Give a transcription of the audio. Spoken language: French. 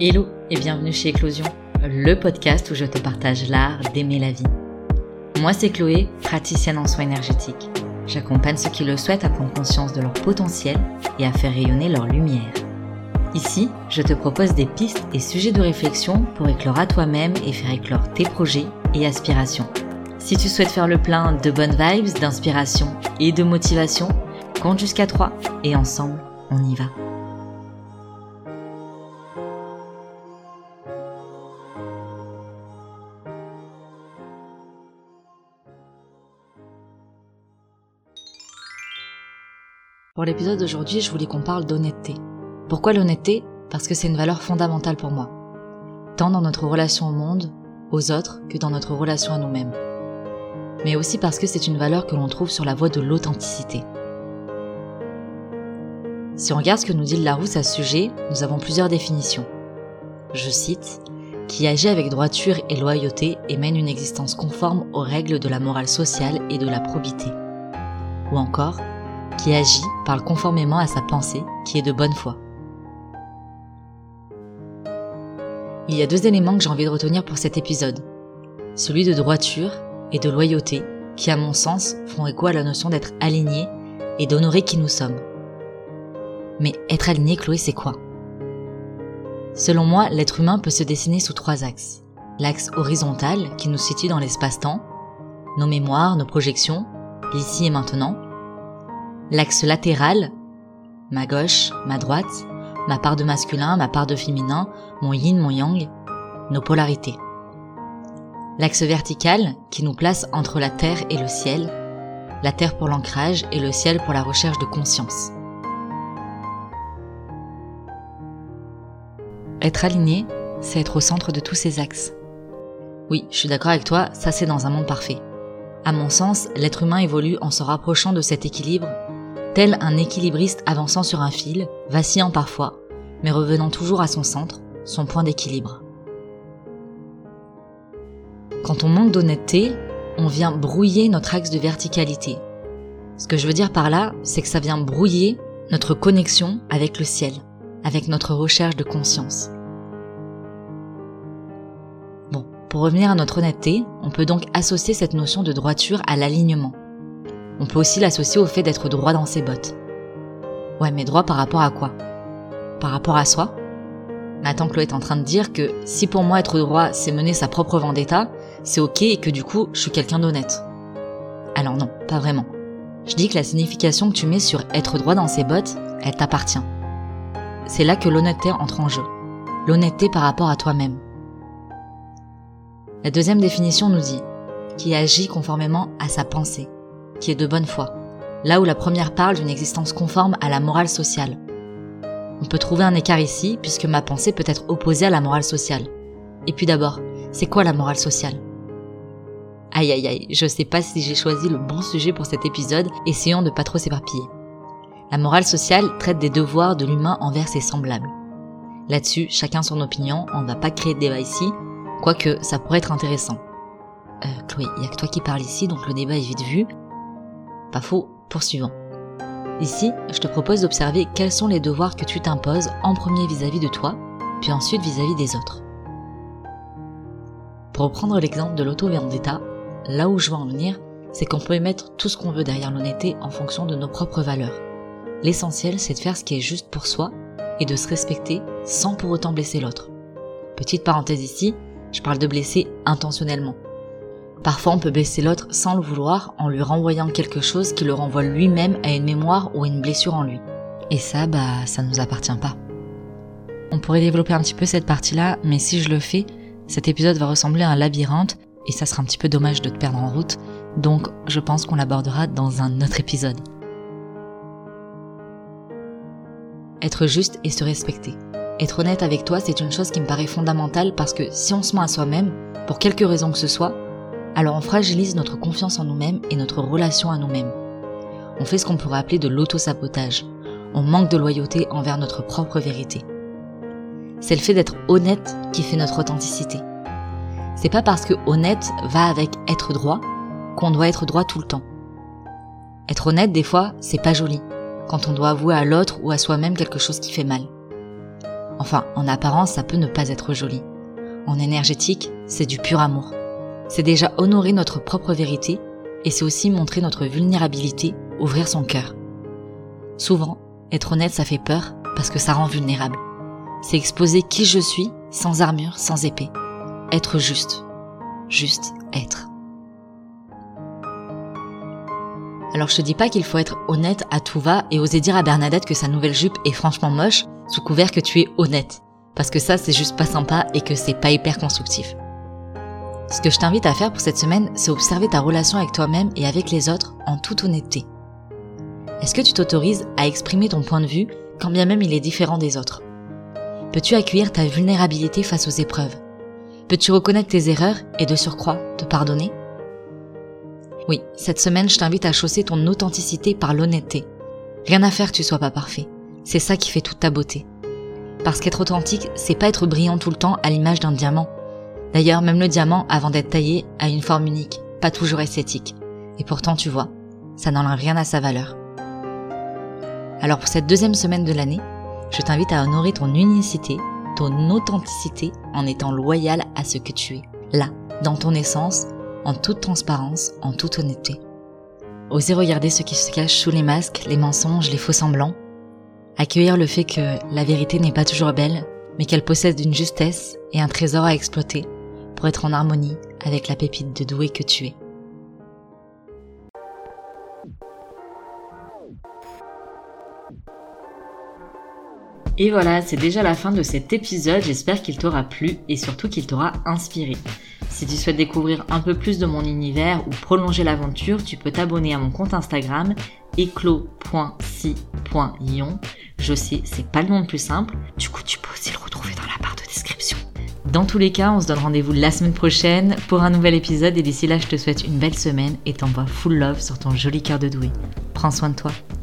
Hello et bienvenue chez Éclosion, le podcast où je te partage l'art d'aimer la vie. Moi c'est Chloé, praticienne en soins énergétiques. J'accompagne ceux qui le souhaitent à prendre conscience de leur potentiel et à faire rayonner leur lumière. Ici, je te propose des pistes et sujets de réflexion pour éclore à toi-même et faire éclore tes projets et aspirations. Si tu souhaites faire le plein de bonnes vibes, d'inspiration et de motivation, compte jusqu'à 3 et ensemble, on y va. Pour l'épisode d'aujourd'hui, je voulais qu'on parle d'honnêteté. Pourquoi l'honnêteté ? Parce que c'est une valeur fondamentale pour moi. Tant dans notre relation au monde, aux autres, que dans notre relation à nous-mêmes. Mais aussi parce que c'est une valeur que l'on trouve sur la voie de l'authenticité. Si on regarde ce que nous dit le Larousse à ce sujet, nous avons plusieurs définitions. Je cite, « qui agit avec droiture et loyauté et mène une existence conforme aux règles de la morale sociale et de la probité. » Ou encore, qui agit, parle conformément à sa pensée, qui est de bonne foi. Il y a 2 éléments que j'ai envie de retenir pour cet épisode. Celui de droiture et de loyauté, qui à mon sens font écho à la notion d'être aligné et d'honorer qui nous sommes. Mais être aligné, Chloé, c'est quoi ? Selon moi, l'être humain peut se dessiner sous 3 axes. L'axe horizontal, qui nous situe dans l'espace-temps, nos mémoires, nos projections, l'ici et maintenant. L'axe latéral, ma gauche, ma droite, ma part de masculin, ma part de féminin, mon yin, mon yang, nos polarités. L'axe vertical, qui nous place entre la terre et le ciel, la terre pour l'ancrage et le ciel pour la recherche de conscience. Être aligné, c'est être au centre de tous ces axes. Oui, je suis d'accord avec toi, ça c'est dans un monde parfait. À mon sens, l'être humain évolue en se rapprochant de cet équilibre, tel un équilibriste avançant sur un fil, vacillant parfois, mais revenant toujours à son centre, son point d'équilibre. Quand on manque d'honnêteté, on vient brouiller notre axe de verticalité. Ce que je veux dire par là, c'est que ça vient brouiller notre connexion avec le ciel, avec notre recherche de conscience. Bon, pour revenir à notre honnêteté, on peut donc associer cette notion de droiture à l'alignement. On peut aussi l'associer au fait d'être droit dans ses bottes. Ouais, mais droit par rapport à quoi ? Par rapport à soi ? Mais attends, Chloé est en train de dire que si pour moi être droit, c'est mener sa propre vendetta, c'est ok et que du coup, je suis quelqu'un d'honnête. Alors non, pas vraiment. Je dis que la signification que tu mets sur être droit dans ses bottes, elle t'appartient. C'est là que l'honnêteté entre en jeu. L'honnêteté par rapport à toi-même. La 2e définition nous dit « qui agit conformément à sa pensée », qui est de bonne foi, là où la première parle d'une existence conforme à la morale sociale. On peut trouver un écart ici, puisque ma pensée peut être opposée à la morale sociale. Et puis d'abord, c'est quoi la morale sociale ? Aïe aïe aïe, je sais pas si j'ai choisi le bon sujet pour cet épisode, essayons de pas trop s'éparpiller. La morale sociale traite des devoirs de l'humain envers ses semblables. Là-dessus, chacun son opinion, on ne va pas créer de débat ici, quoique ça pourrait être intéressant. Chloé, il y a que toi qui parles ici, donc le débat est vite vu. Pas faux, poursuivons. Ici, je te propose d'observer quels sont les devoirs que tu t'imposes en premier vis-à-vis de toi, puis ensuite vis-à-vis des autres. Pour reprendre l'exemple de l'auto-vendetta, là où je veux en venir, c'est qu'on peut émettre tout ce qu'on veut derrière l'honnêteté en fonction de nos propres valeurs. L'essentiel, c'est de faire ce qui est juste pour soi et de se respecter sans pour autant blesser l'autre. Petite parenthèse ici, je parle de blesser intentionnellement. Parfois, on peut blesser l'autre sans le vouloir en lui renvoyant quelque chose qui le renvoie lui-même à une mémoire ou à une blessure en lui. Et ça, ça nous appartient pas. On pourrait développer un petit peu cette partie-là, mais si je le fais, cet épisode va ressembler à un labyrinthe et ça sera un petit peu dommage de te perdre en route, donc je pense qu'on l'abordera dans un autre épisode. Être juste et se respecter. Être honnête avec toi, c'est une chose qui me paraît fondamentale parce que si on se ment à soi-même, pour quelque raison que ce soit, alors on fragilise notre confiance en nous-mêmes et notre relation à nous-mêmes. On fait ce qu'on pourrait appeler de l'auto-sabotage. On manque de loyauté envers notre propre vérité. C'est le fait d'être honnête qui fait notre authenticité. C'est pas parce que honnête va avec être droit qu'on doit être droit tout le temps. Être honnête, des fois, c'est pas joli, quand on doit avouer à l'autre ou à soi-même quelque chose qui fait mal. Enfin, en apparence, ça peut ne pas être joli. En énergétique, c'est du pur amour. C'est déjà honorer notre propre vérité et c'est aussi montrer notre vulnérabilité, ouvrir son cœur. Souvent, être honnête, ça fait peur parce que ça rend vulnérable. C'est exposer qui je suis, sans armure, sans épée. Être juste. Juste être. Alors je te dis pas qu'il faut être honnête à tout va et oser dire à Bernadette que sa nouvelle jupe est franchement moche sous couvert que tu es honnête. Parce que ça, c'est juste pas sympa et que c'est pas hyper constructif. Ce que je t'invite à faire pour cette semaine, c'est observer ta relation avec toi-même et avec les autres en toute honnêteté. Est-ce que tu t'autorises à exprimer ton point de vue quand bien même il est différent des autres ? Peux-tu accueillir ta vulnérabilité face aux épreuves ? Peux-tu reconnaître tes erreurs et de surcroît te pardonner ? Oui, cette semaine, je t'invite à chausser ton authenticité par l'honnêteté. Rien à faire que tu sois pas parfait. C'est ça qui fait toute ta beauté. Parce qu'être authentique, c'est pas être brillant tout le temps à l'image d'un diamant. D'ailleurs, même le diamant, avant d'être taillé, a une forme unique, pas toujours esthétique. Et pourtant, tu vois, ça n'enlève rien à sa valeur. Alors pour cette deuxième semaine de l'année, je t'invite à honorer ton unicité, ton authenticité, en étant loyal à ce que tu es, là, dans ton essence, en toute transparence, en toute honnêteté. Oser regarder ce qui se cache sous les masques, les mensonges, les faux semblants. Accueillir le fait que la vérité n'est pas toujours belle, mais qu'elle possède une justesse et un trésor à exploiter pour être en harmonie avec la pépite de doué que tu es. Et voilà, c'est déjà la fin de cet épisode, j'espère qu'il t'aura plu et surtout qu'il t'aura inspiré. Si tu souhaites découvrir un peu plus de mon univers ou prolonger l'aventure, tu peux t'abonner à mon compte Instagram eclos.si.ion. Je sais, c'est pas le nom le plus simple, du coup tu peux aussi le retrouver dans la barre de description. Dans tous les cas, on se donne rendez-vous la semaine prochaine pour un nouvel épisode et d'ici là, je te souhaite une belle semaine et t'envoie full love sur ton joli cœur de doué. Prends soin de toi.